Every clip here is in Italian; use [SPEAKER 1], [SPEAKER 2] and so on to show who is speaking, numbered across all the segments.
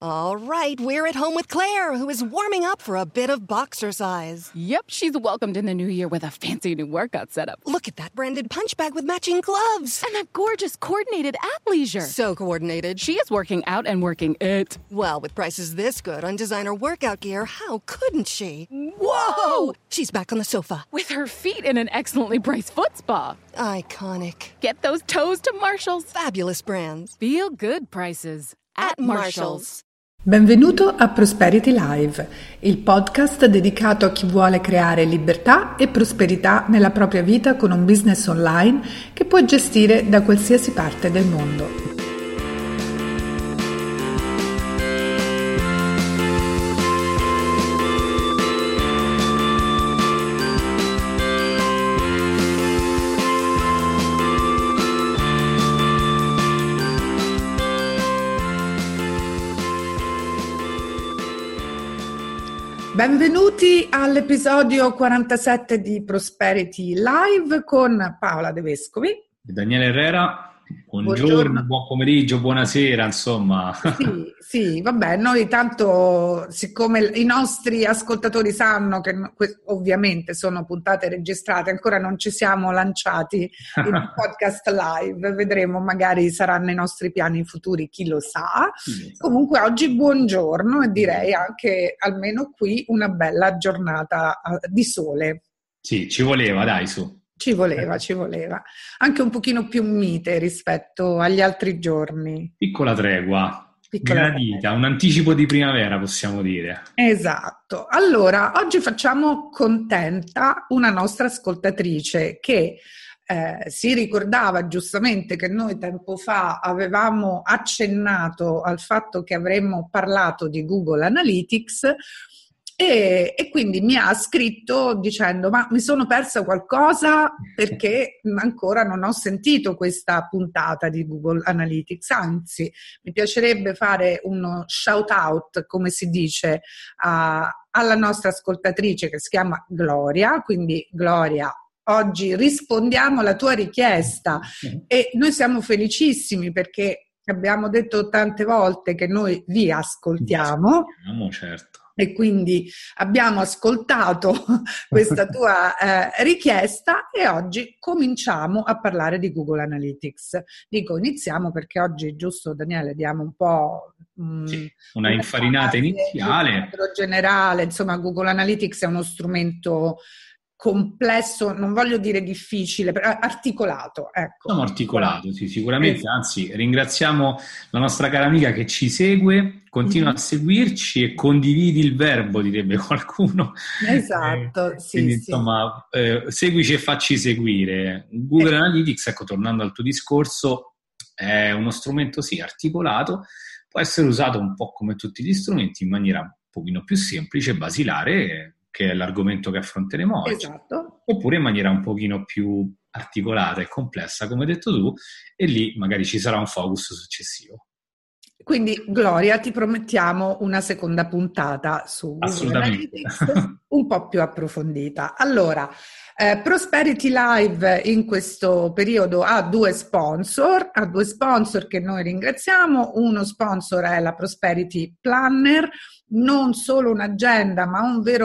[SPEAKER 1] All right, we're at home with Claire, who is warming up for a bit of boxercise.
[SPEAKER 2] Yep, she's welcomed in the new year with a fancy new workout setup.
[SPEAKER 1] Look at that branded punch bag with matching gloves.
[SPEAKER 2] And that gorgeous coordinated athleisure.
[SPEAKER 1] So coordinated.
[SPEAKER 2] She is working out and working it.
[SPEAKER 1] Well, with prices this good on designer workout gear, how couldn't she?
[SPEAKER 2] Whoa!
[SPEAKER 1] She's back on the sofa.
[SPEAKER 2] With her feet in an excellently priced foot spa.
[SPEAKER 1] Iconic.
[SPEAKER 2] Get those toes to Marshall's.
[SPEAKER 1] Fabulous brands.
[SPEAKER 2] Feel good prices at Marshall's.
[SPEAKER 3] Benvenuto a Prosperity Live, il podcast dedicato a chi vuole creare libertà e prosperità nella propria vita con un business online che può gestire da qualsiasi parte del mondo. Benvenuti all'episodio 47 di Prosperity Live con Paola De Vescovi
[SPEAKER 4] e Daniele Herrera. Buongiorno, buon pomeriggio, buonasera, insomma.
[SPEAKER 3] Sì, vabbè, noi tanto, siccome i nostri ascoltatori sanno che ovviamente sono puntate registrate, ancora non ci siamo lanciati in podcast live, vedremo, magari saranno i nostri piani futuri, chi lo sa. Comunque oggi buongiorno e direi anche, almeno qui, una bella giornata di sole.
[SPEAKER 4] Sì, ci voleva, dai, su.
[SPEAKER 3] Ci voleva. Anche un pochino più mite rispetto agli altri giorni.
[SPEAKER 4] Piccola tregua, gradita, un anticipo di primavera, possiamo dire.
[SPEAKER 3] Esatto. Allora, oggi facciamo contenta una nostra ascoltatrice che si ricordava giustamente che noi tempo fa avevamo accennato al fatto che avremmo parlato di Google Analytics. E quindi mi ha scritto dicendo: ma mi sono persa qualcosa perché ancora non ho sentito questa puntata di Google Analytics, anzi mi piacerebbe fare uno shout out, come si dice, alla nostra ascoltatrice che si chiama Gloria. Quindi Gloria, oggi rispondiamo alla tua richiesta e noi siamo felicissimi perché abbiamo detto tante volte che noi vi ascoltiamo.
[SPEAKER 4] Certo.
[SPEAKER 3] E quindi abbiamo ascoltato questa tua richiesta e oggi cominciamo a parlare di Google Analytics. Dico iniziamo perché oggi, giusto Daniele, diamo un po'
[SPEAKER 4] una infarinata iniziale.
[SPEAKER 3] Generale, insomma Google Analytics è uno strumento complesso, non voglio dire difficile, però articolato. Ecco.
[SPEAKER 4] Siamo articolato, sì, sicuramente, anzi ringraziamo la nostra cara amica che ci segue, continua a seguirci e condividi il verbo, direbbe qualcuno.
[SPEAKER 3] Esatto, sì.
[SPEAKER 4] Quindi insomma, seguici e facci seguire. Google Analytics, ecco, tornando al tuo discorso, è uno strumento sì articolato, può essere usato un po' come tutti gli strumenti in maniera un pochino più semplice e basilare, che è l'argomento che affronteremo oggi,
[SPEAKER 3] esatto.
[SPEAKER 4] Oppure in maniera un pochino più articolata e complessa, come hai detto tu, e lì magari ci sarà un focus successivo.
[SPEAKER 3] Quindi, Gloria, ti promettiamo una seconda puntata su Google Analytics un po' più approfondita. Allora, Prosperity Live in questo periodo ha due sponsor che noi ringraziamo. Uno sponsor è la Prosperity Planner, non solo un'agenda, ma un vero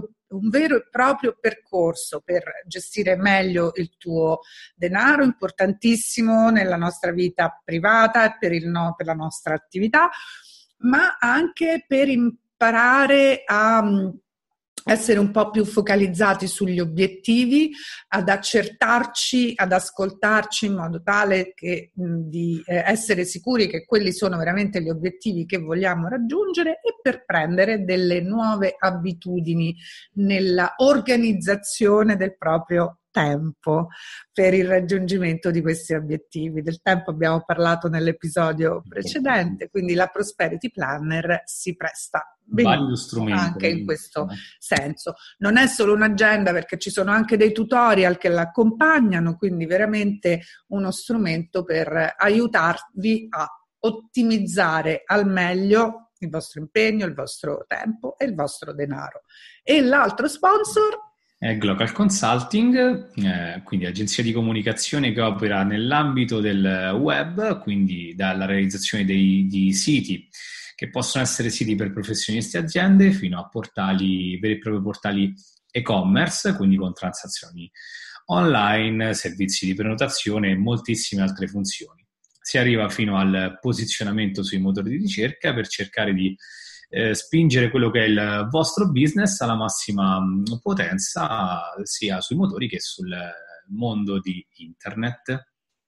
[SPEAKER 3] e proprio percorso per gestire meglio il tuo denaro, importantissimo nella nostra vita privata e per la nostra attività, ma anche per imparare a essere un po' più focalizzati sugli obiettivi, ad accertarci, ad ascoltarci in modo tale che di essere sicuri che quelli sono veramente gli obiettivi che vogliamo raggiungere e per prendere delle nuove abitudini nella organizzazione del proprio tempo per il raggiungimento di questi obiettivi. Del tempo abbiamo parlato nell'episodio precedente, quindi la Prosperity Planner si presta benissimo anche in questo senso. Non è solo un'agenda, perché ci sono anche dei tutorial che l'accompagnano, quindi veramente uno strumento per aiutarvi a ottimizzare al meglio il vostro impegno, il vostro tempo e il vostro denaro. E l'altro sponsor
[SPEAKER 4] è Glocal Consulting, quindi agenzia di comunicazione che opera nell'ambito del web, quindi dalla realizzazione di siti che possono essere siti per professionisti e aziende fino a portali, veri e propri portali e-commerce, quindi con transazioni online, servizi di prenotazione e moltissime altre funzioni. Si arriva fino al posizionamento sui motori di ricerca per cercare di spingere quello che è il vostro business alla massima potenza, sia sui motori che sul mondo di internet.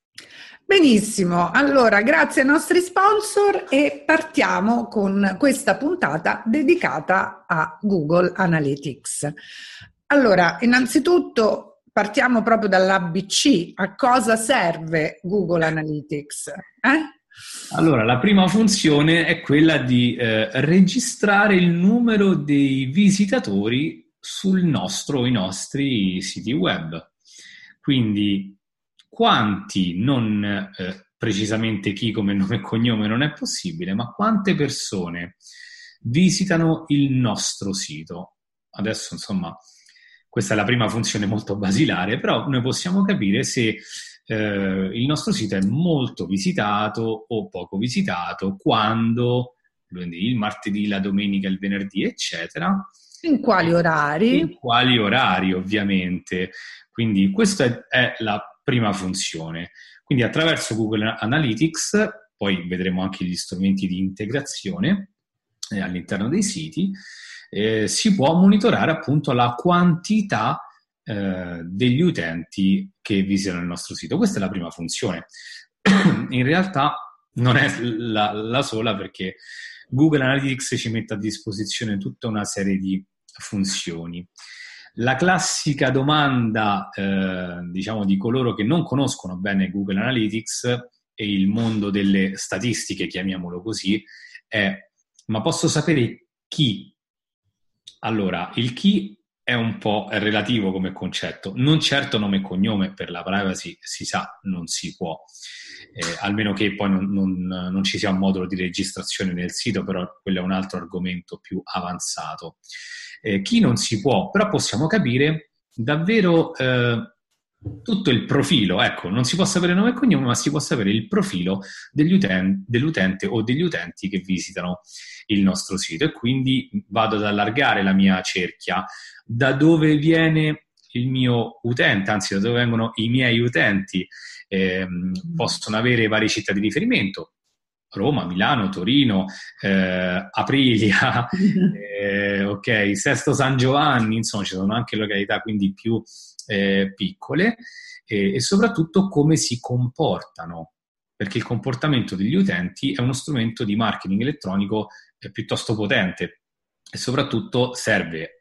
[SPEAKER 3] Benissimo, allora grazie ai nostri sponsor e partiamo con questa puntata dedicata a Google Analytics. Allora, innanzitutto partiamo proprio dall'ABC. A cosa serve Google Analytics?
[SPEAKER 4] Allora, la prima funzione è quella di registrare il numero dei visitatori sul i nostri siti web. Quindi quanti, non precisamente chi come nome e cognome non è possibile, ma quante persone visitano il nostro sito. Adesso, insomma, questa è la prima funzione molto basilare, però noi possiamo capire se il nostro sito è molto visitato o poco visitato, quando, il martedì, la domenica, il venerdì, eccetera.
[SPEAKER 3] In quali orari?
[SPEAKER 4] In quali orari, ovviamente. Quindi questa è la prima funzione. Quindi attraverso Google Analytics, poi vedremo anche gli strumenti di integrazione all'interno dei siti, si può monitorare appunto la quantità degli utenti che visitano il nostro sito. Questa è la prima funzione. In realtà non è la sola, perché Google Analytics ci mette a disposizione tutta una serie di funzioni. La classica domanda, diciamo, di coloro che non conoscono bene Google Analytics e il mondo delle statistiche, chiamiamolo così, è: ma posso sapere chi? Allora, il chi è un po' relativo come concetto, non certo nome e cognome, per la privacy si sa, non si può, almeno che poi non ci sia un modulo di registrazione nel sito, però quello è un altro argomento più avanzato. Chi non si può, però possiamo capire davvero tutto il profilo. Ecco, non si può sapere nome e cognome, ma si può sapere il profilo dell'utente o degli utenti che visitano il nostro sito, e quindi vado ad allargare la mia cerchia. Da dove viene il mio utente, anzi da dove vengono i miei utenti? Possono avere varie città di riferimento: Roma, Milano, Torino, Aprilia, ok, Sesto San Giovanni, insomma ci sono anche località quindi più piccole, e soprattutto come si comportano, perché il comportamento degli utenti è uno strumento di marketing elettronico piuttosto potente, e soprattutto serve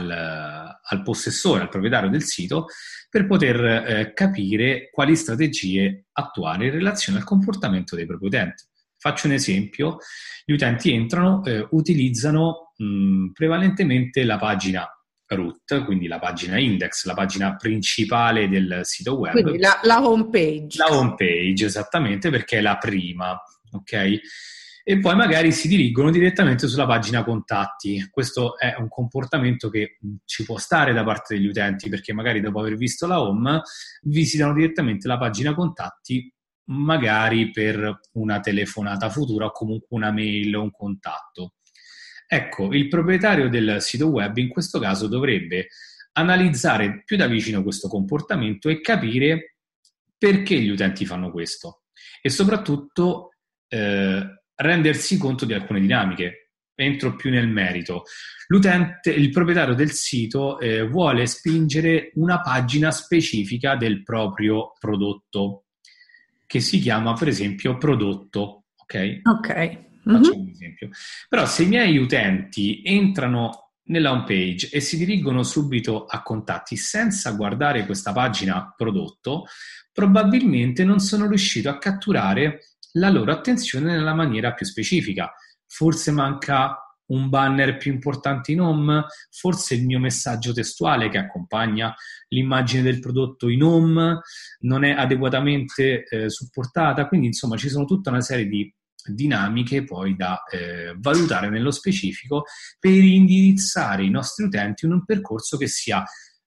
[SPEAKER 4] al possessore, al proprietario del sito, per poter capire quali strategie attuare in relazione al comportamento dei propri utenti. Faccio un esempio: gli utenti entrano, utilizzano prevalentemente la pagina root, quindi la pagina index, la pagina principale del sito web.
[SPEAKER 3] Quindi la home page.
[SPEAKER 4] La home page, esattamente, perché è la prima, ok? E poi magari si dirigono direttamente sulla pagina contatti. Questo è un comportamento che ci può stare da parte degli utenti, perché magari dopo aver visto la home visitano direttamente la pagina contatti, magari per una telefonata futura o comunque una mail o un contatto. Ecco, il proprietario del sito web in questo caso dovrebbe analizzare più da vicino questo comportamento e capire perché gli utenti fanno questo, e soprattutto rendersi conto di alcune dinamiche. Entro più nel merito. Il proprietario del sito vuole spingere una pagina specifica del proprio prodotto, che si chiama per esempio prodotto, ok?
[SPEAKER 3] Ok.
[SPEAKER 4] Faccio un esempio. Però se i miei utenti entrano nella home page e si dirigono subito a contatti senza guardare questa pagina prodotto, probabilmente non sono riuscito a catturare la loro attenzione nella maniera più specifica. Forse manca un banner più importante in home, forse il mio messaggio testuale che accompagna l'immagine del prodotto in home non è adeguatamente supportata. Quindi insomma ci sono tutta una serie di dinamiche poi da valutare nello specifico per indirizzare i nostri utenti in un percorso che sia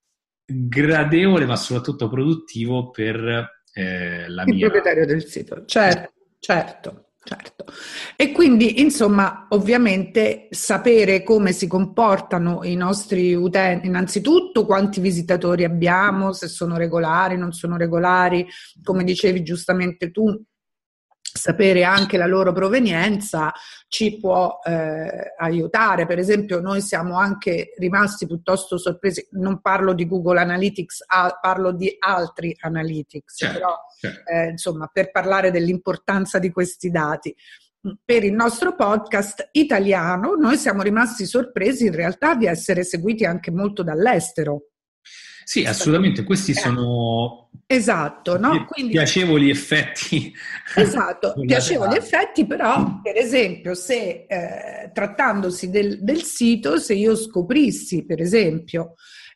[SPEAKER 4] gradevole ma soprattutto produttivo per il
[SPEAKER 3] proprietario del sito. Certo. Certo. E quindi, insomma, ovviamente sapere come si comportano i nostri utenti, innanzitutto quanti visitatori abbiamo, se sono regolari, non sono regolari, come dicevi giustamente tu, sapere anche la loro provenienza ci può aiutare. Per esempio, noi siamo anche rimasti piuttosto sorpresi, non parlo di Google Analytics, parlo di altri Analytics,
[SPEAKER 4] certo,
[SPEAKER 3] però
[SPEAKER 4] certo.
[SPEAKER 3] insomma, per parlare dell'importanza di questi dati. Per il nostro podcast italiano noi siamo rimasti sorpresi in realtà di essere seguiti anche molto dall'estero.
[SPEAKER 4] Sì, assolutamente, questi sono
[SPEAKER 3] esatto, no? Quindi,
[SPEAKER 4] piacevoli effetti.
[SPEAKER 3] Esatto, piacevoli effetti, però per esempio se trattandosi del sito, se io scoprissi per esempio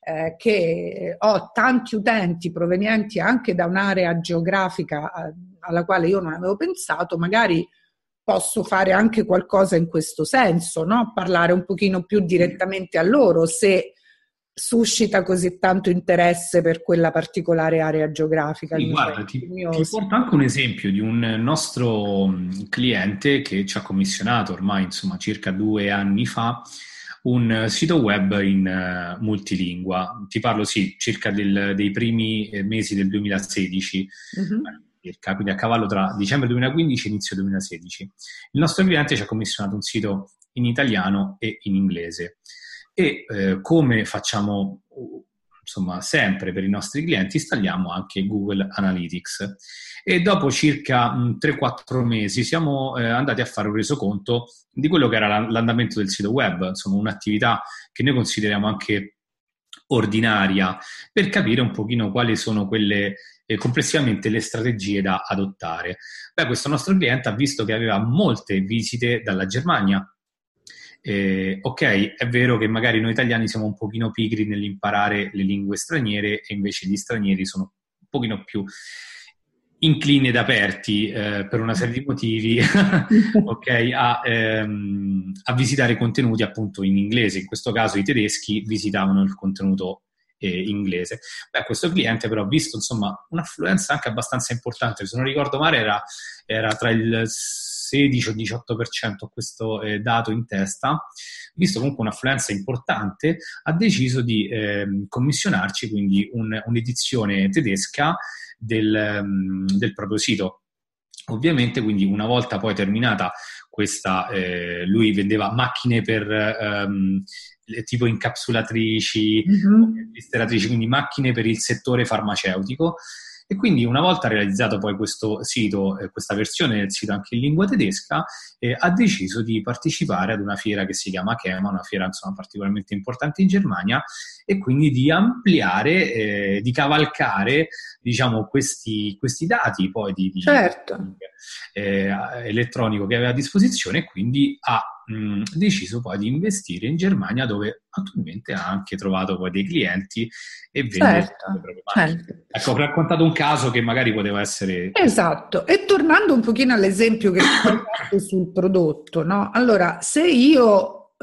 [SPEAKER 3] che ho tanti utenti provenienti anche da un'area geografica alla quale io non avevo pensato, magari posso fare anche qualcosa in questo senso, no? Parlare un pochino più direttamente a loro se suscita così tanto interesse per quella particolare area geografica.
[SPEAKER 4] Sì, guarda, ti porto anche un esempio di un nostro cliente che ci ha commissionato ormai, insomma, circa 2 anni fa, un sito web in multilingua. Ti parlo, sì, circa dei primi mesi del 2016, circa, quindi a cavallo tra dicembre 2015 e inizio 2016. Il nostro cliente ci ha commissionato un sito in italiano e in inglese. E come facciamo insomma sempre per i nostri clienti, installiamo anche Google Analytics e dopo circa 3-4 mesi siamo andati a fare un resoconto di quello che era l'andamento del sito web, insomma un'attività che noi consideriamo anche ordinaria, per capire un pochino quali sono quelle complessivamente le strategie da adottare. Questo nostro cliente ha visto che aveva molte visite dalla Germania. Ok, è vero che magari noi italiani siamo un pochino pigri nell'imparare le lingue straniere e invece gli stranieri sono un pochino più inclini ed aperti per una serie di motivi okay, a visitare contenuti appunto in inglese. In questo caso i tedeschi visitavano il contenuto inglese. Questo cliente però ha visto insomma un'affluenza anche abbastanza importante, se non ricordo male era tra il 16 o 18%, questo dato in testa, visto comunque un'affluenza importante, ha deciso di commissionarci quindi un'edizione tedesca del proprio sito. Ovviamente, quindi una volta poi terminata questa, lui vendeva macchine per tipo incapsulatrici, blisteratrici, quindi macchine per il settore farmaceutico. E quindi una volta realizzato poi questo sito, questa versione del sito anche in lingua tedesca, ha deciso di partecipare ad una fiera che si chiama CHEMA, una fiera insomma particolarmente importante in Germania, e quindi di ampliare, di cavalcare diciamo questi dati poi di
[SPEAKER 3] certo.
[SPEAKER 4] Elettronico che aveva a disposizione, e quindi ha deciso poi di investire in Germania, dove attualmente ha anche trovato poi dei clienti e vende le proprie macchine.
[SPEAKER 3] Certo.
[SPEAKER 4] Ecco, ho raccontato un caso che magari poteva essere...
[SPEAKER 3] Esatto, e tornando un pochino all'esempio che hai fatto sul prodotto, no? Allora, se io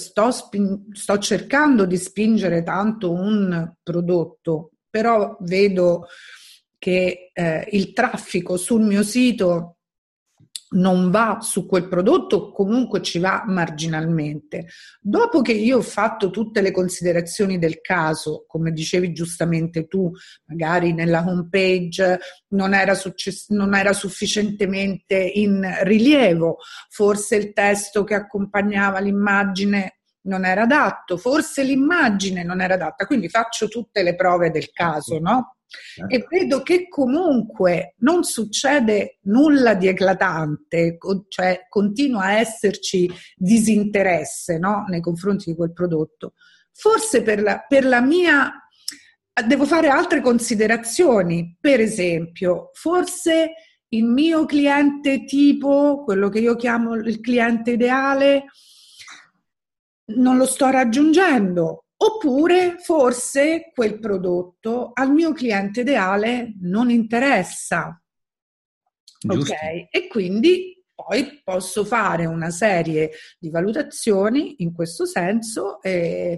[SPEAKER 3] sto cercando di spingere tanto un prodotto, però vedo che il traffico sul mio sito non va su quel prodotto, comunque ci va marginalmente. Dopo che io ho fatto tutte le considerazioni del caso, come dicevi giustamente tu, magari nella home page non era sufficientemente in rilievo, forse il testo che accompagnava l'immagine non era adatto, forse l'immagine non era adatta, quindi faccio tutte le prove del caso, no? E vedo che comunque non succede nulla di eclatante, cioè continua a esserci disinteresse, no? Nei confronti di quel prodotto. Forse per la mia devo fare altre considerazioni, per esempio, forse il mio cliente tipo, quello che io chiamo il cliente ideale, non lo sto raggiungendo. Oppure forse quel prodotto al mio cliente ideale non interessa.
[SPEAKER 4] Giusto.
[SPEAKER 3] Ok? E quindi poi posso fare una serie di valutazioni in questo senso e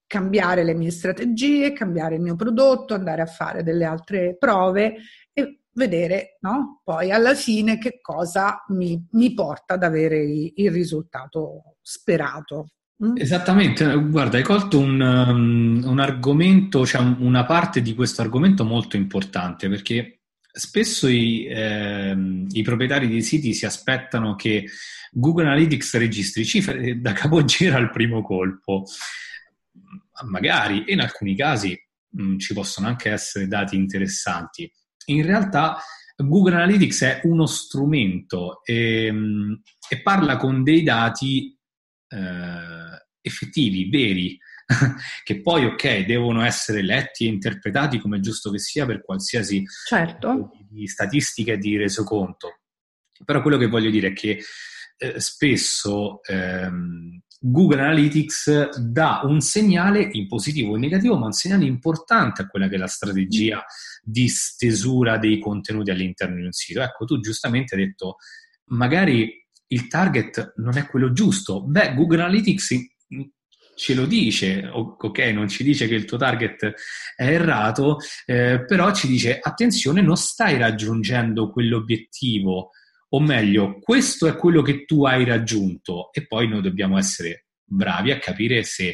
[SPEAKER 3] cambiare le mie strategie, cambiare il mio prodotto, andare a fare delle altre prove e vedere, no? Poi alla fine che cosa mi porta ad avere il risultato sperato.
[SPEAKER 4] Esattamente, guarda, hai colto un argomento, cioè una parte di questo argomento molto importante, perché spesso i proprietari dei siti si aspettano che Google Analytics registri cifre da capogiro al primo colpo. Magari, e in alcuni casi ci possono anche essere dati interessanti. In realtà Google Analytics è uno strumento e parla con dei dati effettivi, veri, che poi, ok, devono essere letti e interpretati come è giusto che sia per qualsiasi di statistica e di resoconto. Però quello che voglio dire è che spesso Google Analytics dà un segnale in positivo o in negativo, ma un segnale importante a quella che è la strategia di stesura dei contenuti all'interno di un sito. Ecco, tu giustamente hai detto, magari il target non è quello giusto. Beh, Google Analytics ce lo dice, ok, non ci dice che il tuo target è errato, però ci dice, attenzione, non stai raggiungendo quell'obiettivo, o meglio, questo è quello che tu hai raggiunto, e poi noi dobbiamo essere bravi a capire se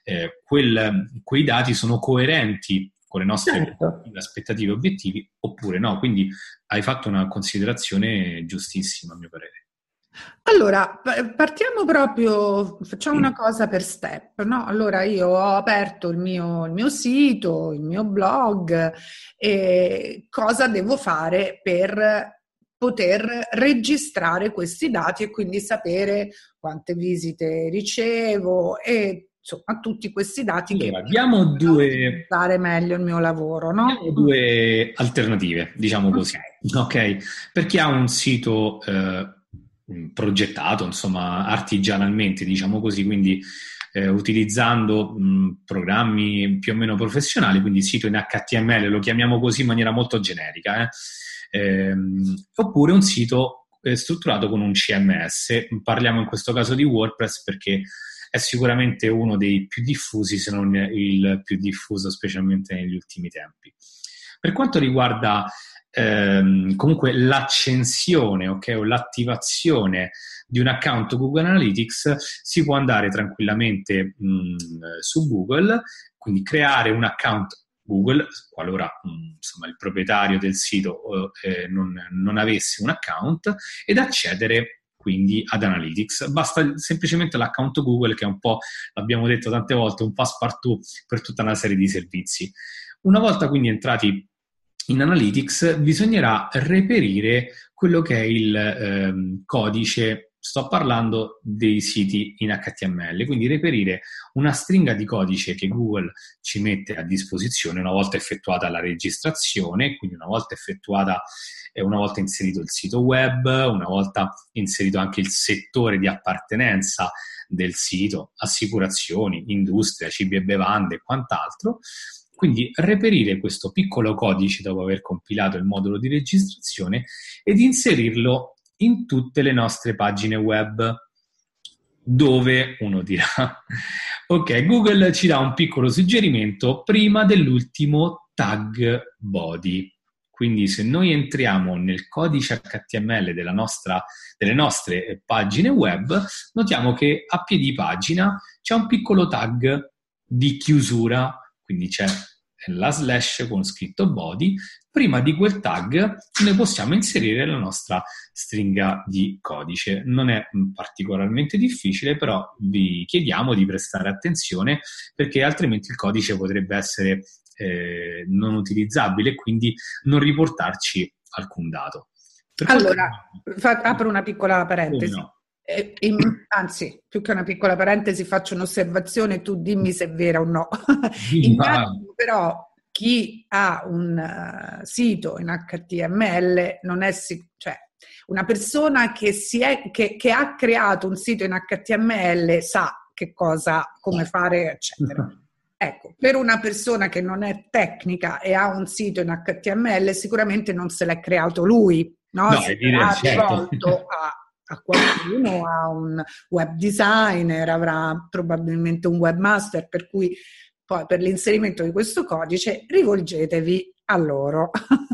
[SPEAKER 4] quei dati sono coerenti con le nostre aspettative e obiettivi oppure no. Quindi hai fatto una considerazione giustissima, a mio parere.
[SPEAKER 3] Allora, partiamo proprio, facciamo una cosa per step, no? Allora, io ho aperto il mio sito, il mio blog, e cosa devo fare per poter registrare questi dati e quindi sapere quante visite ricevo e insomma tutti questi dati che
[SPEAKER 4] abbiamo
[SPEAKER 3] fare meglio il mio lavoro, no?
[SPEAKER 4] Abbiamo due alternative, diciamo così, ok? Per chi ha un sito progettato, insomma, artigianalmente, diciamo così, quindi utilizzando programmi più o meno professionali, quindi sito in HTML, lo chiamiamo così in maniera molto generica, oppure un sito strutturato con un CMS. Parliamo in questo caso di WordPress perché è sicuramente uno dei più diffusi, se non il più diffuso, specialmente negli ultimi tempi. Per quanto riguarda comunque l'accensione, ok, o l'attivazione di un account Google Analytics, si può andare tranquillamente su Google, quindi creare un account Google, qualora insomma, il proprietario del sito non avesse un account, ed accedere quindi ad Analytics. Basta semplicemente l'account Google, che è un po', l'abbiamo detto tante volte, un passepartout per tutta una serie di servizi. Una volta quindi entrati in Analytics, bisognerà reperire quello che è il codice. Sto parlando dei siti in HTML, quindi reperire una stringa di codice che Google ci mette a disposizione una volta effettuata la registrazione, quindi una volta inserito il sito web, una volta inserito anche il settore di appartenenza del sito, assicurazioni, industria, cibi e bevande e quant'altro. Quindi reperire questo piccolo codice dopo aver compilato il modulo di registrazione ed inserirlo in tutte le nostre pagine web, dove uno dirà ok, Google ci dà un piccolo suggerimento prima dell'ultimo tag body. Quindi se noi entriamo nel codice HTML delle nostre pagine web, notiamo che a piedi pagina c'è un piccolo tag di chiusura, quindi c'è la slash con scritto body. Prima di quel tag noi possiamo inserire la nostra stringa di codice. Non è particolarmente difficile, però vi chiediamo di prestare attenzione, perché altrimenti il codice potrebbe essere non utilizzabile e quindi non riportarci alcun dato.
[SPEAKER 3] Allora, apro una piccola parentesi. No. Anzi, più che una piccola parentesi, faccio un'osservazione, tu dimmi se è vera o no. Immagino però chi ha un sito in HTML non è cioè una persona che ha creato un sito in HTML sa che cosa, come fare, eccetera. Ecco, per una persona che non è tecnica e ha un sito in HTML, sicuramente non se l'è creato lui, no? Si ha rivolto a qualcuno, a un web designer, avrà probabilmente un webmaster, per cui poi per l'inserimento di questo codice rivolgetevi a loro.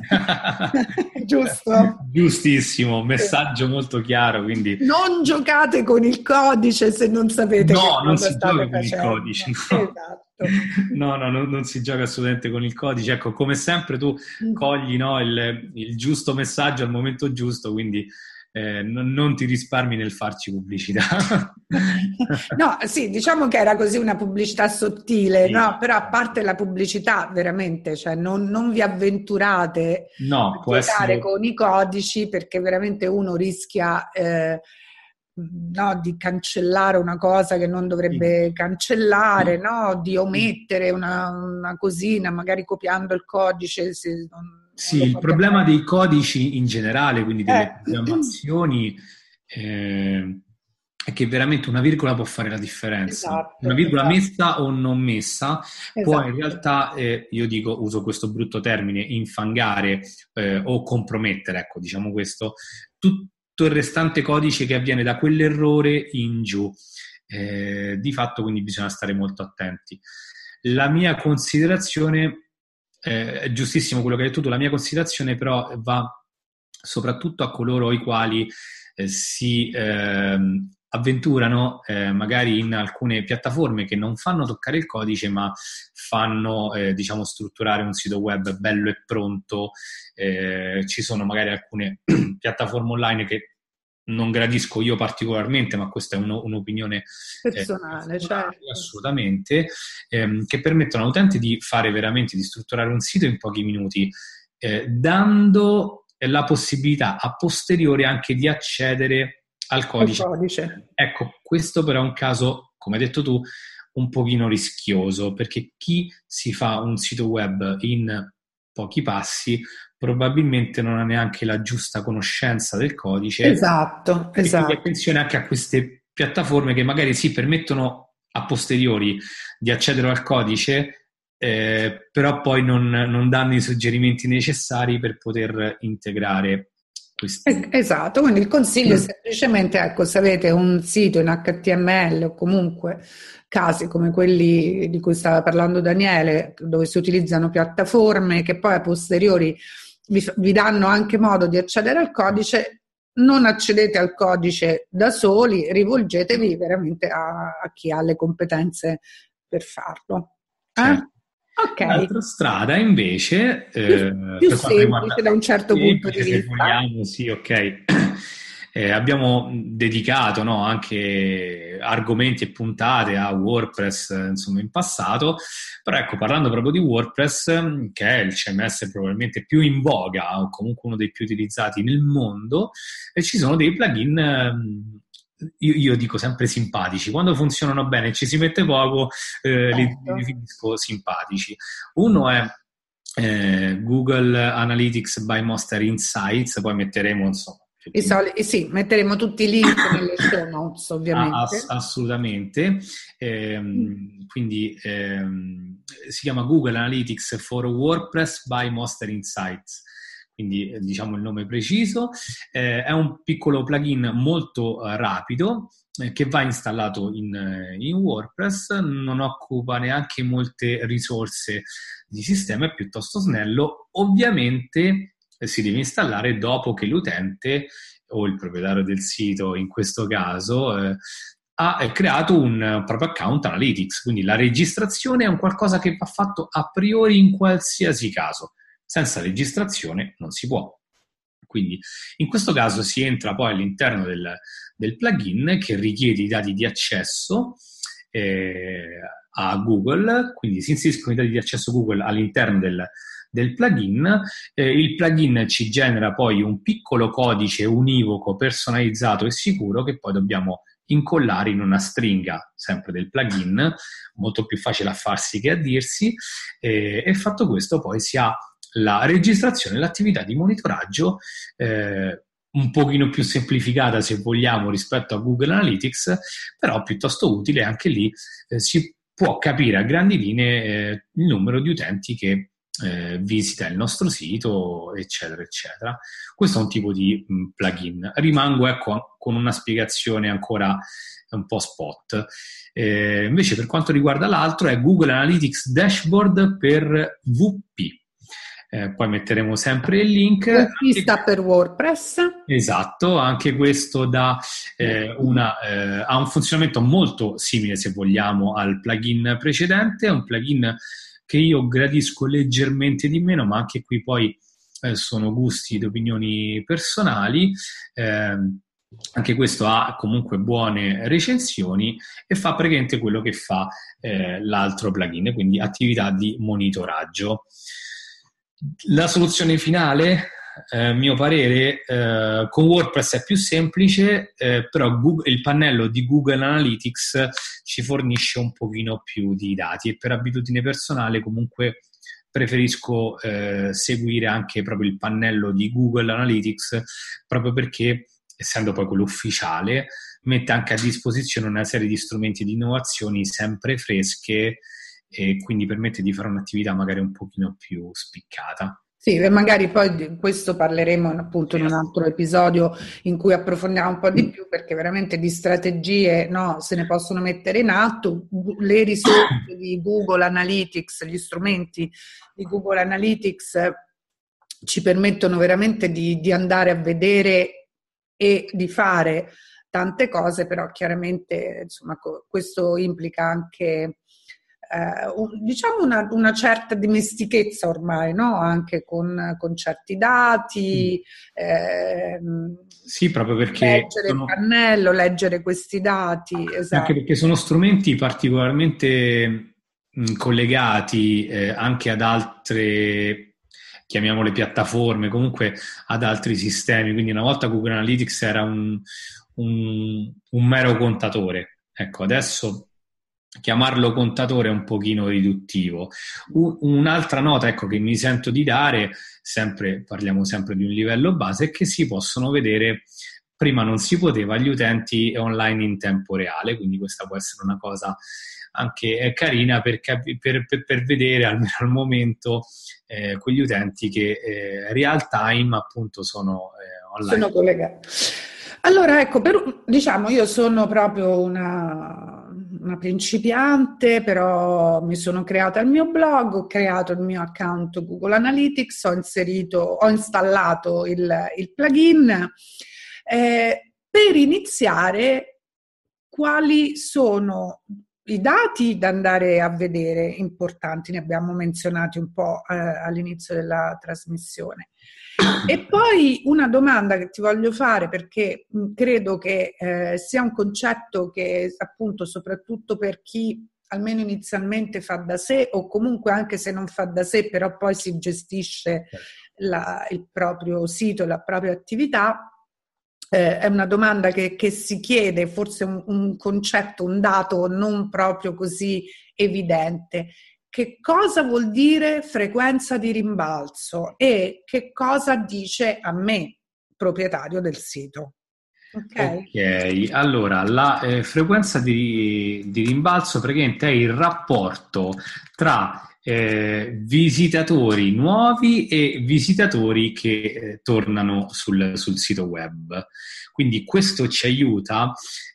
[SPEAKER 3] Giusto?
[SPEAKER 4] Giustissimo, messaggio molto chiaro, quindi
[SPEAKER 3] non giocate con il codice se non sapete che
[SPEAKER 4] non
[SPEAKER 3] cosa
[SPEAKER 4] si
[SPEAKER 3] state
[SPEAKER 4] gioca con il
[SPEAKER 3] facendo.
[SPEAKER 4] codice, no.
[SPEAKER 3] Esatto.
[SPEAKER 4] No, non si gioca assolutamente con il codice. Ecco, come sempre tu cogli, no, il giusto messaggio al momento giusto, quindi non ti risparmi nel farci pubblicità.
[SPEAKER 3] No, sì, diciamo che era così una pubblicità sottile,
[SPEAKER 4] Sì.
[SPEAKER 3] no? Però a parte la pubblicità, veramente, cioè non vi avventurate a
[SPEAKER 4] Può
[SPEAKER 3] giocare
[SPEAKER 4] essere...
[SPEAKER 3] con i codici, perché veramente uno rischia no, di cancellare una cosa che non dovrebbe cancellare, no? Di omettere una cosina, magari copiando il codice. Se non
[SPEAKER 4] Sì,
[SPEAKER 3] lo
[SPEAKER 4] il
[SPEAKER 3] fate
[SPEAKER 4] problema
[SPEAKER 3] bene.
[SPEAKER 4] dei codici in generale, quindi delle programmazioni, è che veramente una virgola può fare la differenza.
[SPEAKER 3] Esatto,
[SPEAKER 4] Una virgola
[SPEAKER 3] esatto.
[SPEAKER 4] messa o non messa può in
[SPEAKER 3] Esatto.
[SPEAKER 4] realtà, io dico, uso questo brutto termine, infangare o compromettere, ecco, diciamo questo, tutto il restante codice che avviene da quell'errore in giù. Di fatto quindi bisogna stare molto attenti. La mia considerazione... è giustissimo quello che hai detto tu, la mia considerazione però va soprattutto a coloro i quali si avventurano magari in alcune piattaforme che non fanno toccare il codice, ma fanno diciamo strutturare un sito web bello e pronto. Ci sono magari alcune piattaforme online che non gradisco io particolarmente, ma questa è un'opinione
[SPEAKER 3] Personale, certo.
[SPEAKER 4] assolutamente, che permettono all'utente di fare veramente, di strutturare un sito in pochi minuti, dando la possibilità a posteriori anche di accedere al codice. Ecco, questo però è un caso, come hai detto tu, un pochino rischioso, perché chi si fa un sito web in pochi passi probabilmente non ha neanche la giusta conoscenza del codice.
[SPEAKER 3] Esatto.
[SPEAKER 4] E quindi attenzione anche a queste piattaforme che magari si permettono a posteriori di accedere al codice, però poi non danno i suggerimenti necessari per poter integrare questi.
[SPEAKER 3] Esatto, quindi il consiglio è semplicemente, ecco, se avete un sito in HTML o comunque casi come quelli di cui stava parlando Daniele, dove si utilizzano piattaforme che poi a posteriori vi danno anche modo di accedere al codice, non accedete al codice da soli, rivolgetevi veramente a chi ha le competenze per farlo.
[SPEAKER 4] Certo.
[SPEAKER 3] Ok.
[SPEAKER 4] L'altra strada invece
[SPEAKER 3] più semplice da un certo punto di vista.
[SPEAKER 4] Se vogliamo, sì, ok. Abbiamo dedicato, no, anche argomenti e puntate a WordPress, insomma, in passato, però ecco, parlando proprio di WordPress, che è il CMS probabilmente più in voga o comunque uno dei più utilizzati nel mondo, ci sono dei plugin, io dico sempre simpatici, quando funzionano bene e ci si mette poco, li definisco simpatici. Uno è Google Analytics by Monster Insights, poi metteremo, insomma,
[SPEAKER 3] sì, metteremo tutti i link nelle show notes, ovviamente.
[SPEAKER 4] Assolutamente. Quindi si chiama Google Analytics for WordPress by Monster Insights, quindi diciamo il nome preciso. È un piccolo plugin molto rapido che va installato in WordPress, non occupa neanche molte risorse di sistema, è piuttosto snello. Ovviamente si deve installare dopo che l'utente o il proprietario del sito, in questo caso, ha creato un proprio account Analytics, quindi la registrazione è un qualcosa che va fatto a priori in qualsiasi caso. Senza registrazione non si può. Quindi in questo caso si entra poi all'interno del plugin che richiede i dati di accesso a Google, quindi si inseriscono i dati di accesso Google all'interno del plugin. Il plugin ci genera poi un piccolo codice univoco, personalizzato e sicuro che poi dobbiamo incollare in una stringa sempre del plugin, molto più facile a farsi che a dirsi, e fatto questo poi si ha la registrazione e l'attività di monitoraggio un pochino più semplificata, se vogliamo, rispetto a Google Analytics, però piuttosto utile. Anche lì si può capire a grandi linee il numero di utenti che visita il nostro sito, eccetera, eccetera. Questo è un tipo di plugin. Rimango, ecco, con una spiegazione ancora un po' spot. Invece per quanto riguarda l'altro è Google Analytics Dashboard per WP. poi metteremo sempre il link.
[SPEAKER 3] Sta per WordPress.
[SPEAKER 4] Esatto, anche questo ha un funzionamento molto simile, se vogliamo, al plugin precedente. È un plugin che io gradisco leggermente di meno, ma anche qui poi sono gusti ed opinioni personali. Anche questo ha comunque buone recensioni e fa praticamente quello che fa l'altro plugin, quindi attività di monitoraggio. La soluzione finale, mio parere, con WordPress è più semplice, però il pannello di Google Analytics ci fornisce un pochino più di dati e per abitudine personale comunque preferisco seguire anche proprio il pannello di Google Analytics, proprio perché, essendo poi quello ufficiale, mette anche a disposizione una serie di strumenti di innovazioni sempre fresche e quindi permette di fare un'attività magari un pochino più spiccata.
[SPEAKER 3] Sì, e magari poi di questo parleremo appunto in un altro episodio in cui approfondiamo un po' di più, perché veramente di strategie, no, se ne possono mettere in atto. Le risorse di Google Analytics, gli strumenti di Google Analytics ci permettono veramente di andare a vedere e di fare tante cose, però chiaramente insomma questo implica anche diciamo una certa dimestichezza ormai, no? Anche con certi dati,
[SPEAKER 4] sì, proprio perché
[SPEAKER 3] leggere il pannello, leggere questi dati, esatto.
[SPEAKER 4] Anche perché sono strumenti particolarmente collegati anche ad altre, chiamiamole piattaforme, comunque ad altri sistemi. Quindi una volta Google Analytics era un mero contatore. Ecco, adesso chiamarlo contatore è un pochino riduttivo. Un'altra nota, ecco, che mi sento di dare, parliamo sempre di un livello base, è che si possono vedere, prima non si poteva, gli utenti online in tempo reale, quindi questa può essere una cosa anche carina per vedere almeno al momento quegli utenti che real time appunto sono online.
[SPEAKER 3] Sono collegati. Allora, ecco, diciamo, io sono proprio una principiante, però mi sono creata il mio blog, ho creato il mio account Google Analytics, ho installato il plugin. Per iniziare, quali sono i dati da andare a vedere importanti? Ne abbiamo menzionati un po' all'inizio della trasmissione. E poi una domanda che ti voglio fare, perché credo che sia un concetto che appunto soprattutto per chi almeno inizialmente fa da sé, o comunque anche se non fa da sé però poi si gestisce il proprio sito, la propria attività, è una domanda che si chiede, forse un concetto, un dato non proprio così evidente. Che cosa vuol dire frequenza di rimbalzo e che cosa dice a me, proprietario del sito?
[SPEAKER 4] Ok, allora la frequenza di rimbalzo praticamente è il rapporto tra visitatori nuovi e visitatori che tornano sul sito web. Quindi questo ci aiuta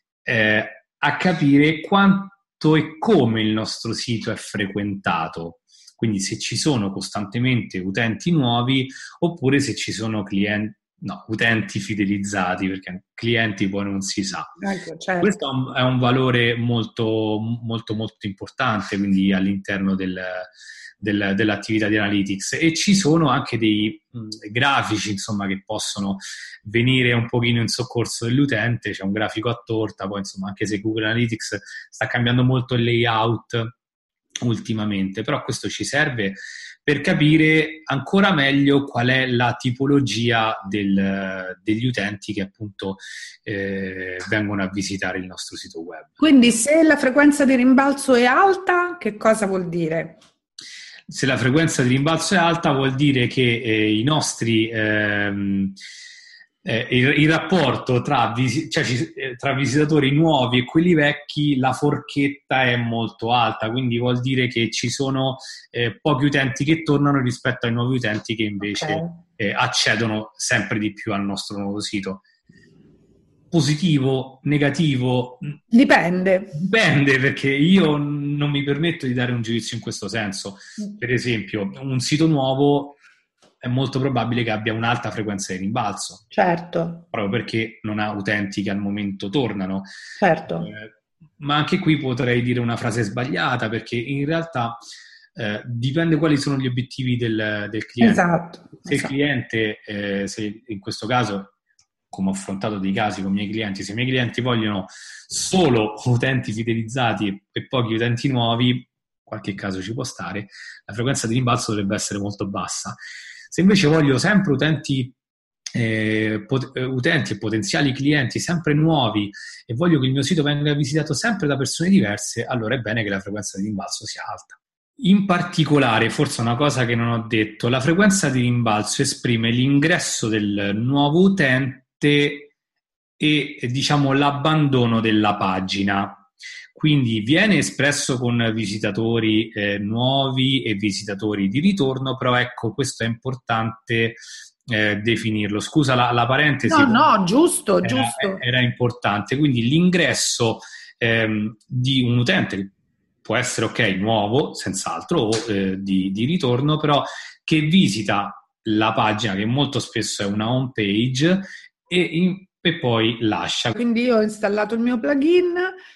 [SPEAKER 4] a capire quanto e come il nostro sito è frequentato, quindi se ci sono costantemente utenti nuovi oppure se ci sono utenti fidelizzati, perché clienti poi non si sa.
[SPEAKER 3] Ecco, certo.
[SPEAKER 4] Questo è un valore molto, molto, molto importante, quindi all'interno dell'attività di analytics, e ci sono anche dei grafici, insomma, che possono venire un pochino in soccorso dell'utente. C'è un grafico a torta, poi insomma, anche se Google Analytics sta cambiando molto il layout ultimamente, però questo ci serve per capire ancora meglio qual è la tipologia degli utenti che appunto vengono a visitare il nostro sito web.
[SPEAKER 3] Quindi se la frequenza di rimbalzo è alta, che cosa vuol dire?
[SPEAKER 4] Se la frequenza di rimbalzo è alta vuol dire che i nostri il rapporto tra visitatori nuovi e quelli vecchi, la forchetta è molto alta, quindi vuol dire che ci sono pochi utenti che tornano rispetto ai nuovi utenti che invece accedono sempre di più al nostro nuovo sito. Positivo, negativo?
[SPEAKER 3] Dipende,
[SPEAKER 4] perché io non mi permetto di dare un giudizio in questo senso. Per esempio, un sito nuovo è molto probabile che abbia un'alta frequenza di rimbalzo.
[SPEAKER 3] Certo.
[SPEAKER 4] Proprio perché non ha utenti che al momento tornano.
[SPEAKER 3] Certo.
[SPEAKER 4] Ma anche qui potrei dire una frase sbagliata, perché in realtà dipende quali sono gli obiettivi del cliente.
[SPEAKER 3] Esatto.
[SPEAKER 4] Se il cliente, se in questo caso, come ho affrontato dei casi con i miei clienti, se i miei clienti vogliono solo utenti fidelizzati e pochi utenti nuovi, qualche caso ci può stare, la frequenza di rimbalzo dovrebbe essere molto bassa. Se invece voglio sempre utenti e potenziali clienti sempre nuovi e voglio che il mio sito venga visitato sempre da persone diverse, allora è bene che la frequenza di rimbalzo sia alta. In particolare, forse una cosa che non ho detto, la frequenza di rimbalzo esprime l'ingresso del nuovo utente e diciamo l'abbandono della pagina. Quindi viene espresso con visitatori nuovi e visitatori di ritorno, però ecco, questo è importante definirlo. Scusa la parentesi.
[SPEAKER 3] No, giusto.
[SPEAKER 4] Era importante. Quindi l'ingresso di un utente, che può essere nuovo, senz'altro, o di ritorno, però che visita la pagina, che molto spesso è una home page, e poi lascia.
[SPEAKER 3] Quindi io ho installato il mio plugin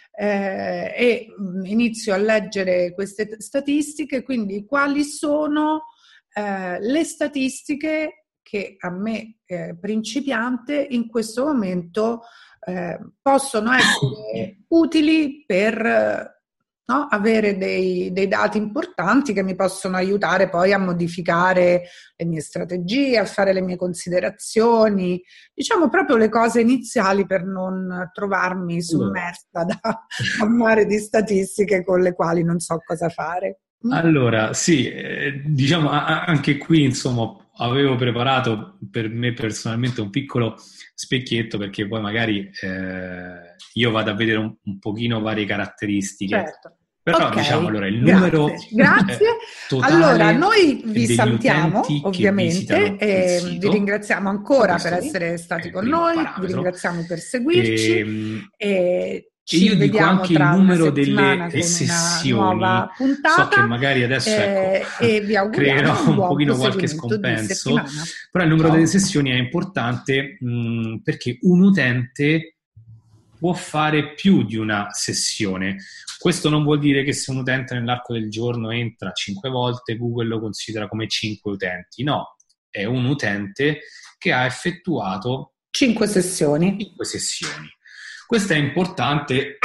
[SPEAKER 3] e inizio a leggere queste statistiche, quindi quali sono le statistiche che a me, principiante, in questo momento possono essere utili per avere dei dati importanti che mi possono aiutare poi a modificare le mie strategie, a fare le mie considerazioni, diciamo proprio le cose iniziali per non trovarmi sommersa da un mare di statistiche con le quali non so cosa fare.
[SPEAKER 4] Allora, sì, diciamo anche qui, insomma, avevo preparato per me personalmente un piccolo specchietto, perché poi magari io vado a vedere un pochino varie caratteristiche.
[SPEAKER 3] Certo.
[SPEAKER 4] Però diciamo, allora, il numero
[SPEAKER 3] grazie.
[SPEAKER 4] totale.
[SPEAKER 3] Allora, noi vi salutiamo
[SPEAKER 4] utenti
[SPEAKER 3] ovviamente e vi ringraziamo ancora per essere stati con noi, vi ringraziamo per seguirci e ci
[SPEAKER 4] io dico
[SPEAKER 3] vediamo
[SPEAKER 4] anche
[SPEAKER 3] tra
[SPEAKER 4] il numero
[SPEAKER 3] delle
[SPEAKER 4] sessioni.
[SPEAKER 3] nuova puntata.
[SPEAKER 4] So che magari adesso
[SPEAKER 3] e vi
[SPEAKER 4] creerò un pochino qualche scompenso, però il numero delle sessioni è importante perché un utente può fare più di una sessione. Questo non vuol dire che se un utente nell'arco del giorno entra 5 volte, Google lo considera come 5 utenti. No, è un utente che ha effettuato
[SPEAKER 3] 5 sessioni.
[SPEAKER 4] Questo è importante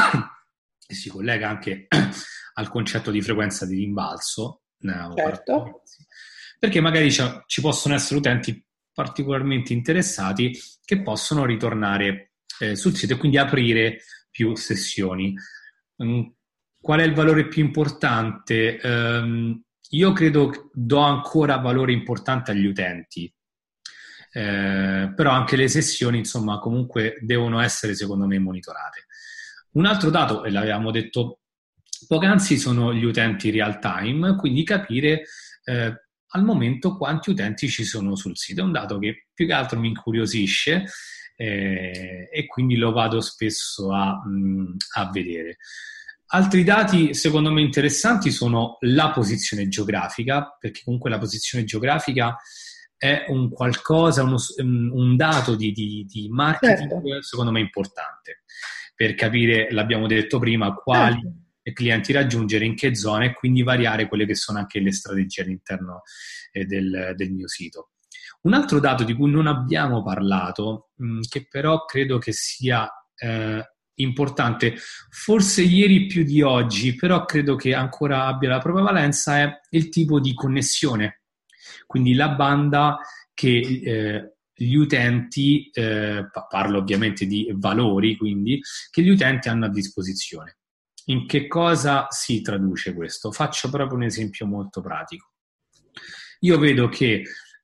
[SPEAKER 4] e si collega anche al concetto di frequenza di rimbalzo.
[SPEAKER 3] Certo.
[SPEAKER 4] Perché magari ci possono essere utenti particolarmente interessati che possono ritornare sul sito e quindi aprire più sessioni. Qual è il valore più importante? Io credo che do ancora valore importante agli utenti. Però anche le sessioni, insomma, comunque devono essere, secondo me, monitorate. Un altro dato, e l'avevamo detto poc'anzi, sono gli utenti real time, quindi capire al momento quanti utenti ci sono sul sito. È un dato che più che altro mi incuriosisce e quindi lo vado spesso a vedere. Altri dati secondo me interessanti sono la posizione geografica, perché comunque la posizione geografica è un qualcosa, un dato di marketing, certo, secondo me importante, per capire, l'abbiamo detto prima, quali clienti raggiungere, in che zone, e quindi variare quelle che sono anche le strategie all'interno del mio sito. Un altro dato di cui non abbiamo parlato, che però credo che sia importante, forse ieri più di oggi, però credo che ancora abbia la propria valenza, è il tipo di connessione. Quindi la banda che gli utenti, parlo ovviamente di valori, quindi, che gli utenti hanno a disposizione. In che cosa si traduce questo? Faccio proprio un esempio molto pratico. Io vedo che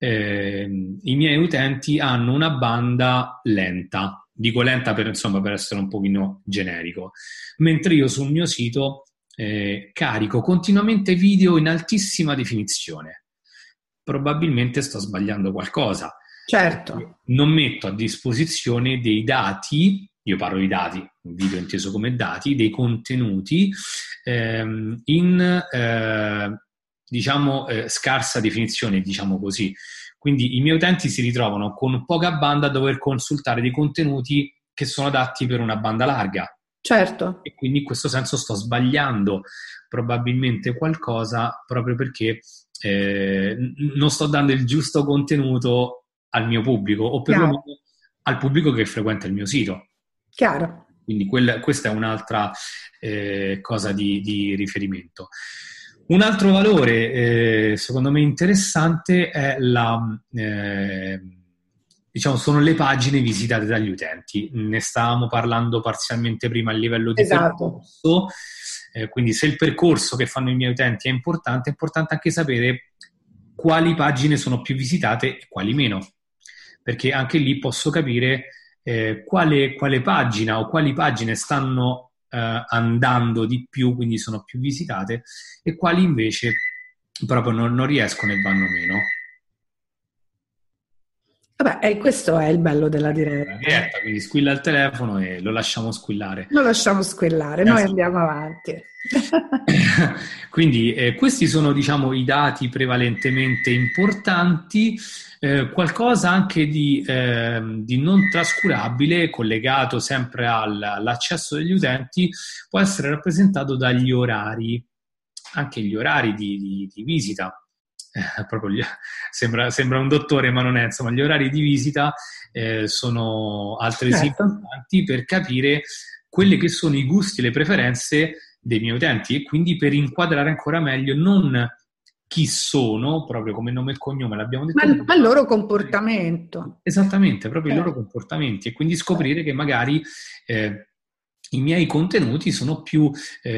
[SPEAKER 4] i miei utenti hanno una banda lenta, dico lenta per essere un pochino generico, mentre io sul mio sito carico continuamente video in altissima definizione. Probabilmente sto sbagliando qualcosa.
[SPEAKER 3] Certo.
[SPEAKER 4] Non metto a disposizione dei dati, io parlo di dati, video inteso come dati, dei contenuti in diciamo, scarsa definizione, diciamo così. Quindi i miei utenti si ritrovano con poca banda a dover consultare dei contenuti che sono adatti per una banda larga.
[SPEAKER 3] Certo.
[SPEAKER 4] E quindi in questo senso sto sbagliando probabilmente qualcosa proprio perché non sto dando il giusto contenuto al mio pubblico, o perlomeno al pubblico che frequenta il mio sito.
[SPEAKER 3] Chiaro.
[SPEAKER 4] Quindi questa è un'altra cosa di riferimento. Un altro valore, secondo me interessante, è diciamo, sono le pagine visitate dagli utenti. Ne stavamo parlando parzialmente prima a livello di percorso, quindi se il percorso che fanno i miei utenti è importante anche sapere quali pagine sono più visitate e quali meno, perché anche lì posso capire quale pagina o quali pagine stanno andando di più, quindi sono più visitate, e quali invece proprio non riescono e vanno meno.
[SPEAKER 3] Vabbè, questo è il bello della diretta.
[SPEAKER 4] Quindi squilla il telefono e lo lasciamo squillare.
[SPEAKER 3] Lo lasciamo squillare, noi andiamo avanti.
[SPEAKER 4] Quindi questi sono, diciamo, i dati prevalentemente importanti. Qualcosa anche di non trascurabile, collegato sempre all'accesso degli utenti, può essere rappresentato dagli orari, anche gli orari di visita. Proprio sembra un dottore, ma non è. Insomma, gli orari di visita sono altresì importanti per capire quelli che sono i gusti e le preferenze dei miei utenti, e quindi per inquadrare ancora meglio non chi sono, proprio come nome e cognome l'abbiamo detto,
[SPEAKER 3] ma il loro comportamento.
[SPEAKER 4] Esattamente, proprio i loro comportamenti, e quindi scoprire che magari i miei contenuti sono più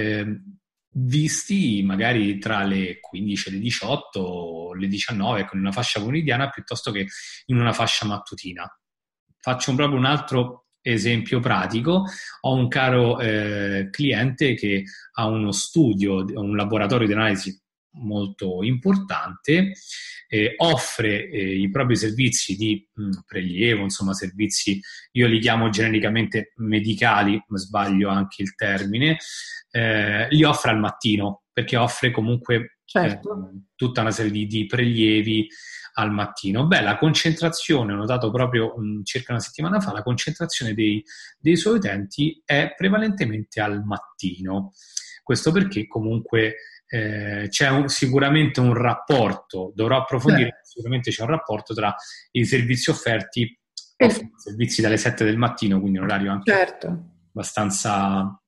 [SPEAKER 4] visti magari tra le 15 e le 18 o le 19, con una fascia pomeridiana piuttosto che in una fascia mattutina. Faccio proprio un altro esempio pratico. Ho un caro cliente che ha uno studio, un laboratorio di analisi molto importante, offre i propri servizi di prelievo, insomma servizi, io li chiamo genericamente medicali, ma sbaglio anche il termine, li offre al mattino, perché offre comunque tutta una serie di prelievi al mattino. Beh, la concentrazione, ho notato proprio circa una settimana fa, la concentrazione dei suoi utenti è prevalentemente al mattino. Questo perché comunque c'è sicuramente un rapporto, dovrò approfondire, sicuramente c'è un rapporto tra i servizi offerti, servizi dalle 7 del mattino, quindi un orario anche abbastanza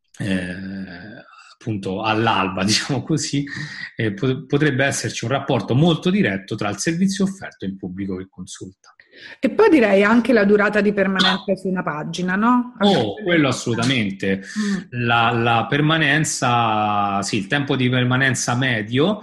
[SPEAKER 4] appunto all'alba, diciamo così, potrebbe esserci un rapporto molto diretto tra il servizio offerto e il pubblico che consulta.
[SPEAKER 3] E poi direi anche la durata di permanenza su una pagina, no?
[SPEAKER 4] Quello assolutamente. La permanenza, sì, il tempo di permanenza medio,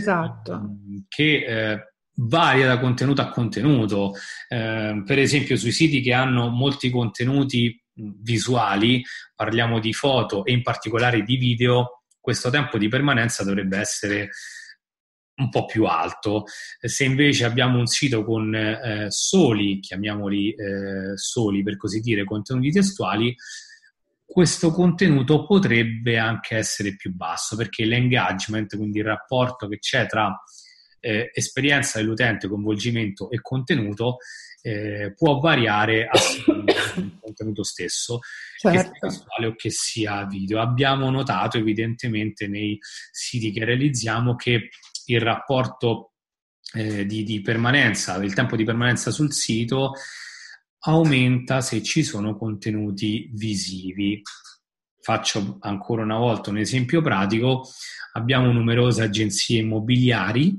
[SPEAKER 4] che varia da contenuto a contenuto. Per esempio sui siti che hanno molti contenuti visuali, parliamo di foto e in particolare di video, questo tempo di permanenza dovrebbe essere un po' più alto. Se invece abbiamo un sito con soli, chiamiamoli soli per così dire, contenuti testuali, questo contenuto potrebbe anche essere più basso, perché l'engagement, quindi il rapporto che c'è tra esperienza dell'utente, coinvolgimento e contenuto, può variare a seconda del contenuto stesso, che sia testuale o che sia video. Abbiamo notato evidentemente nei siti che realizziamo che il rapporto di permanenza, del tempo di permanenza sul sito aumenta se ci sono contenuti visivi. Faccio ancora una volta un esempio pratico. Abbiamo numerose agenzie immobiliari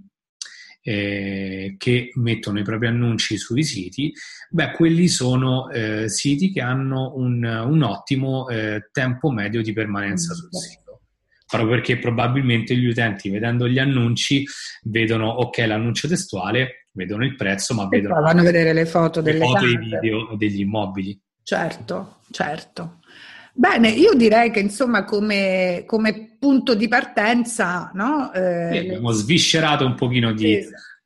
[SPEAKER 4] che mettono i propri annunci sui siti. Quelli sono siti che hanno un ottimo tempo medio di permanenza sul sito, proprio perché probabilmente gli utenti, vedendo gli annunci, vedono l'annuncio testuale, vedono il prezzo, ma
[SPEAKER 3] vanno a vedere le foto delle case,
[SPEAKER 4] i video degli immobili.
[SPEAKER 3] Certo. Bene, io direi che insomma come punto di partenza, no?
[SPEAKER 4] Abbiamo sviscerato un pochino di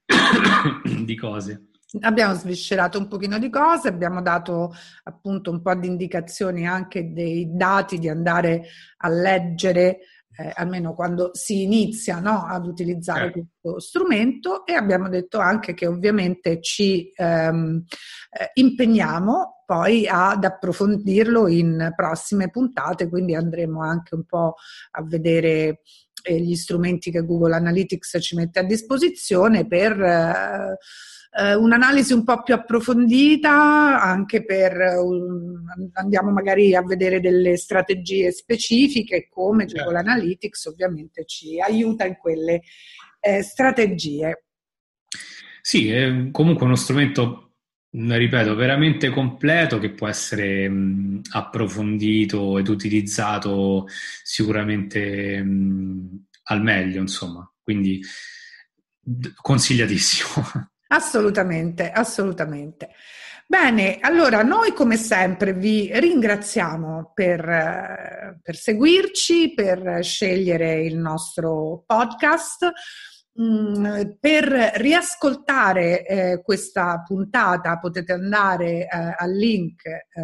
[SPEAKER 4] cose.
[SPEAKER 3] Abbiamo sviscerato un pochino di cose, abbiamo dato appunto un po' di indicazioni, anche dei dati, di andare a leggere almeno quando si inizia, no, ad utilizzare questo strumento, e abbiamo detto anche che ovviamente ci impegniamo poi ad approfondirlo in prossime puntate, quindi andremo anche un po' a vedere gli strumenti che Google Analytics ci mette a disposizione per un'analisi un po' più approfondita, anche andiamo magari a vedere delle strategie specifiche, come Google Analytics ovviamente ci aiuta in quelle strategie.
[SPEAKER 4] Sì, è comunque uno strumento, ripeto, veramente completo, che può essere approfondito ed utilizzato sicuramente al meglio, insomma, quindi consigliatissimo.
[SPEAKER 3] Assolutamente, assolutamente. Bene, allora noi come sempre vi ringraziamo per seguirci, per scegliere il nostro podcast. Per riascoltare questa puntata potete andare al link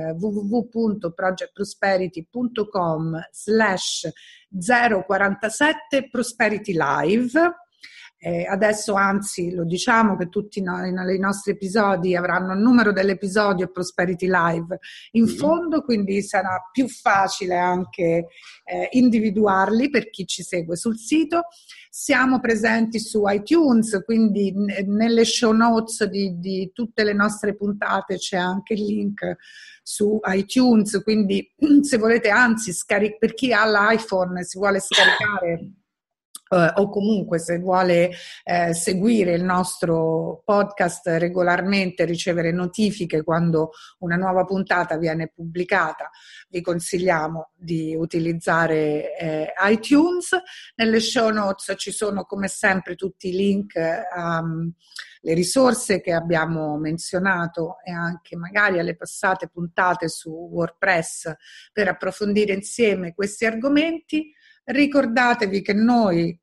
[SPEAKER 3] www.projectprosperity.com/047 Prosperity Live. Adesso anzi lo diciamo che tutti i nostri episodi avranno il numero dell'episodio Prosperity Live in fondo, quindi sarà più facile anche individuarli per chi ci segue sul sito. Siamo presenti su iTunes, quindi nelle show notes di tutte le nostre puntate c'è anche il link su iTunes, quindi se volete, anzi, per chi ha l'iPhone si vuole scaricare o comunque se vuole seguire il nostro podcast regolarmente, ricevere notifiche quando una nuova puntata viene pubblicata, vi consigliamo di utilizzare iTunes. Nelle show notes ci sono come sempre tutti i link alle risorse che abbiamo menzionato e anche magari alle passate puntate su WordPress per approfondire insieme questi argomenti. Ricordatevi che noi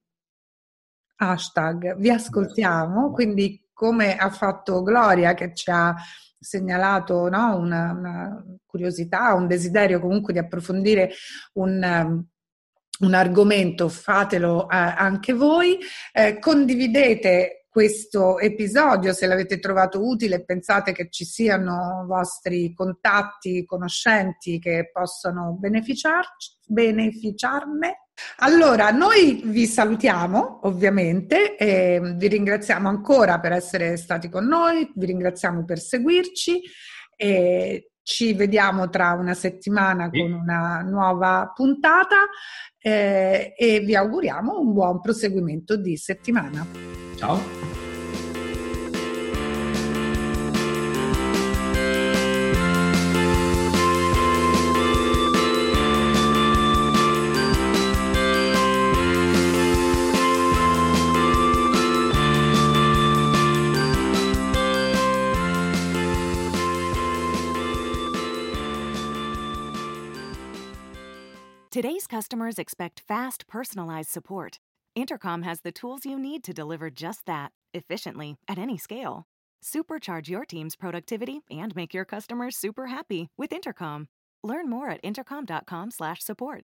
[SPEAKER 3] vi ascoltiamo, quindi come ha fatto Gloria, che ci ha segnalato, no, una curiosità, un desiderio comunque di approfondire un argomento, fatelo anche voi. Condividete questo episodio se l'avete trovato utile e pensate che ci siano vostri contatti, conoscenti che possono beneficiarne. Allora, noi vi salutiamo ovviamente, vi ringraziamo ancora per essere stati con noi, vi ringraziamo per seguirci e ci vediamo tra una settimana con una nuova puntata e vi auguriamo un buon proseguimento di settimana.
[SPEAKER 4] Ciao!
[SPEAKER 5] Today's customers expect fast, personalized support. Intercom has the tools you need to deliver just that, efficiently, at any scale. Supercharge your team's productivity and make your customers super happy with Intercom. Learn more at intercom.com/support.